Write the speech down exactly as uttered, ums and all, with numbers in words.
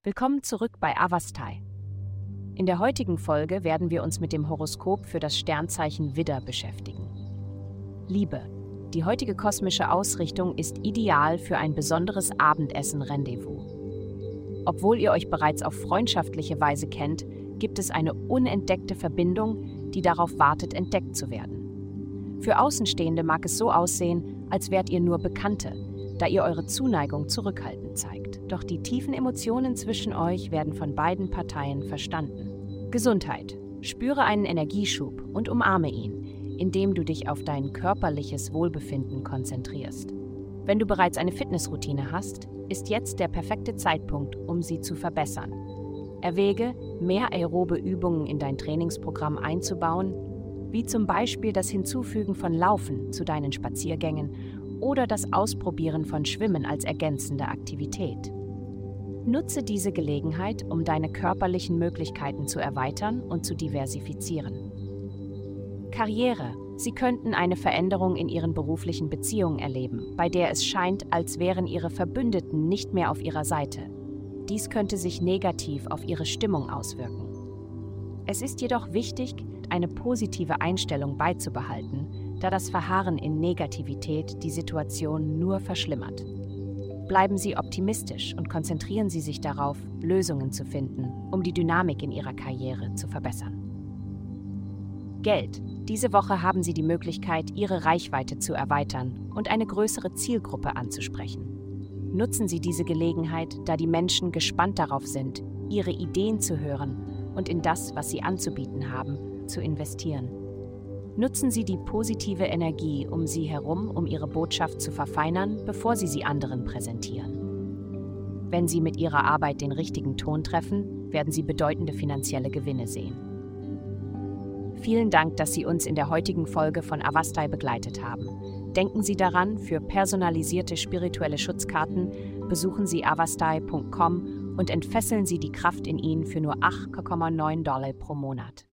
Willkommen zurück bei Avastai. In der heutigen Folge werden wir uns mit dem Horoskop für das Sternzeichen Widder beschäftigen. Liebe. Die heutige kosmische Ausrichtung ist ideal für ein besonderes Abendessen-Rendezvous. Obwohl ihr euch bereits auf freundschaftliche Weise kennt, gibt es eine unentdeckte Verbindung, die darauf wartet, entdeckt zu werden. Für Außenstehende mag es so aussehen, als wärt ihr nur Bekannte, da ihr eure Zuneigung zurückhaltend zeigt. Doch die tiefen Emotionen zwischen euch werden von beiden Parteien verstanden. Gesundheit. Spüre einen Energieschub und umarme ihn, indem du dich auf dein körperliches Wohlbefinden konzentrierst. Wenn du bereits eine Fitnessroutine hast, ist jetzt der perfekte Zeitpunkt, um sie zu verbessern. Erwäge, mehr aerobe Übungen in dein Trainingsprogramm einzubauen, wie zum Beispiel das Hinzufügen von Laufen zu deinen Spaziergängen oder das Ausprobieren von Schwimmen als ergänzende Aktivität. Nutze diese Gelegenheit, um deine körperlichen Möglichkeiten zu erweitern und zu diversifizieren. Karriere. Sie könnten eine Veränderung in ihren beruflichen Beziehungen erleben, bei der es scheint, als wären ihre Verbündeten nicht mehr auf ihrer Seite. Dies könnte sich negativ auf ihre Stimmung auswirken. Es ist jedoch wichtig, eine positive Einstellung beizubehalten, da das Verharren in Negativität die Situation nur verschlimmert. Bleiben Sie optimistisch und konzentrieren Sie sich darauf, Lösungen zu finden, um die Dynamik in Ihrer Karriere zu verbessern. Geld. Diese Woche haben Sie die Möglichkeit, Ihre Reichweite zu erweitern und eine größere Zielgruppe anzusprechen. Nutzen Sie diese Gelegenheit, da die Menschen gespannt darauf sind, Ihre Ideen zu hören und in das, was Sie anzubieten haben, zu investieren. Nutzen Sie die positive Energie um Sie herum, um Ihre Botschaft zu verfeinern, bevor Sie sie anderen präsentieren. Wenn Sie mit Ihrer Arbeit den richtigen Ton treffen, werden Sie bedeutende finanzielle Gewinne sehen. Vielen Dank, dass Sie uns in der heutigen Folge von Avastai begleitet haben. Denken Sie daran, für personalisierte spirituelle Schutzkarten besuchen Sie avastai punkt com und entfesseln Sie die Kraft in Ihnen für nur acht Komma neun Dollar pro Monat.